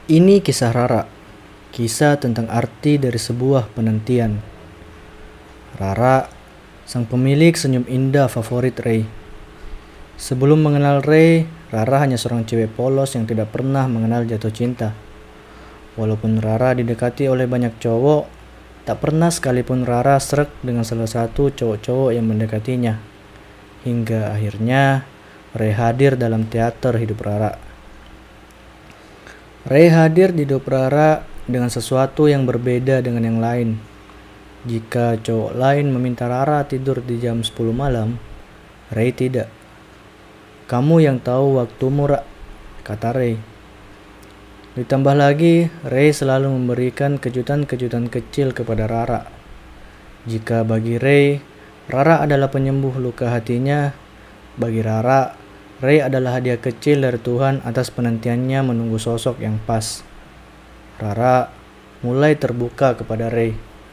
Ini kisah Rara, kisah tentang arti dari sebuah penantian. Rara, sang pemilik senyum indah favorit Ray. Sebelum mengenal Ray, Rara hanya seorang cewek polos yang tidak pernah mengenal jatuh cinta. Walaupun Rara didekati oleh banyak cowok, tak pernah sekalipun Rara srek dengan salah satu cowok-cowok yang mendekatinya. Hingga akhirnya Ray hadir dalam teater hidup Rara. Ray hadir di hidup Rara dengan sesuatu yang berbeda dengan yang lain. Jika cowok lain meminta Rara tidur di jam 10 malam, Ray tidak. "Kamu yang tahu waktumu, Ra," kata Ray. Ditambah lagi, Ray selalu memberikan kejutan-kejutan kecil kepada Rara. Jika bagi Ray, Rara adalah penyembuh luka hatinya, bagi Rara, Ray adalah hadiah kecil dari Tuhan atas penantiannya menunggu sosok yang pas. Rara mulai terbuka kepada Ray.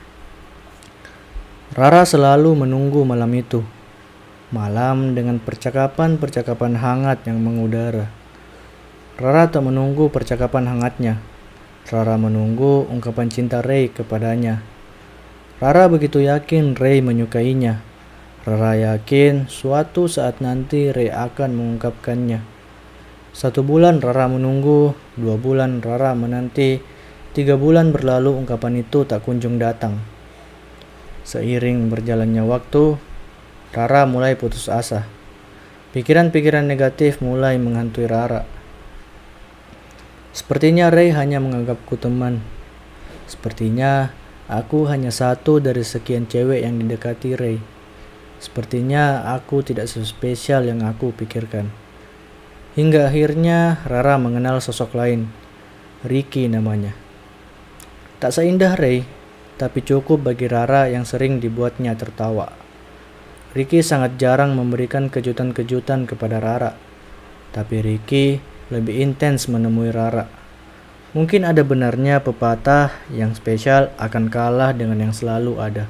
Rara selalu menunggu malam itu. Malam dengan percakapan-percakapan hangat yang mengudara. Rara tak menunggu percakapan hangatnya. Rara menunggu ungkapan cinta Ray kepadanya. Rara begitu yakin Ray menyukainya. Rara yakin suatu saat nanti Ray akan mengungkapkannya. 1 bulan Rara menunggu, 2 bulan Rara menanti, 3 bulan berlalu ungkapan itu tak kunjung datang. Seiring berjalannya waktu, Rara mulai putus asa. Pikiran-pikiran negatif mulai menghantui Rara. Sepertinya Ray hanya menganggapku teman. Sepertinya aku hanya satu dari sekian cewek yang didekati Ray. Sepertinya aku tidak sespesial yang aku pikirkan. Hingga akhirnya Rara mengenal sosok lain. Ricky namanya. Tak seindah Ray, tapi cukup bagi Rara yang sering dibuatnya tertawa. Ricky sangat jarang memberikan kejutan-kejutan kepada Rara. Tapi Ricky lebih intens menemui Rara. Mungkin ada benarnya pepatah yang spesial akan kalah dengan yang selalu ada.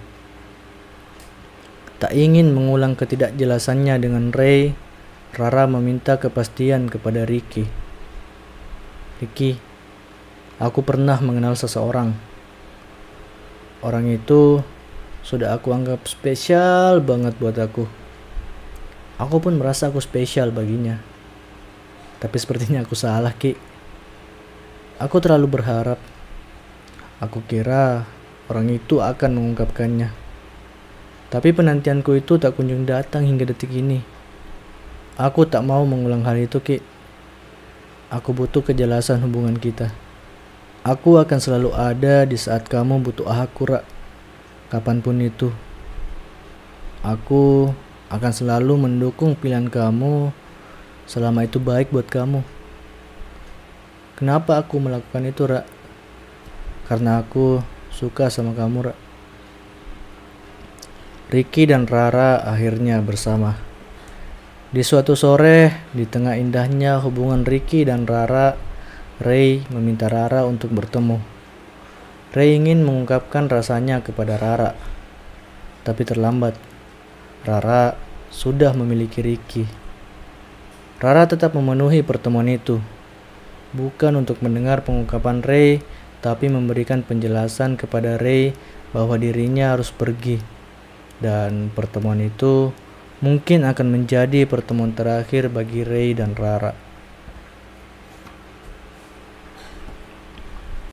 Tak ingin mengulang ketidakjelasannya dengan Ray, Rara meminta kepastian kepada Ricky. "Ricky, aku pernah mengenal seseorang. Orang itu sudah aku anggap spesial banget buat aku. Aku pun merasa aku spesial baginya. Tapi sepertinya aku salah, Ki. Aku terlalu berharap. Aku kira orang itu akan mengungkapkannya. Tapi penantianku itu tak kunjung datang hingga detik ini. Aku tak mau mengulang hal itu, Ki. Aku butuh kejelasan hubungan kita. Aku akan selalu ada di saat kamu butuh aku, Ra. Kapanpun itu. Aku akan selalu mendukung pilihan kamu selama itu baik buat kamu. Kenapa aku melakukan itu, Ra? Karena aku suka sama kamu, Ra." Ricky dan Rara akhirnya bersama. Di suatu sore, di tengah indahnya hubungan Ricky dan Rara, Ray meminta Rara untuk bertemu. Ray ingin mengungkapkan rasanya kepada Rara, tapi terlambat. Rara sudah memiliki Ricky. Rara tetap memenuhi pertemuan itu, bukan untuk mendengar pengungkapan Ray, tapi memberikan penjelasan kepada Ray bahwa dirinya harus pergi. Dan pertemuan itu mungkin akan menjadi pertemuan terakhir bagi Ray dan Rara.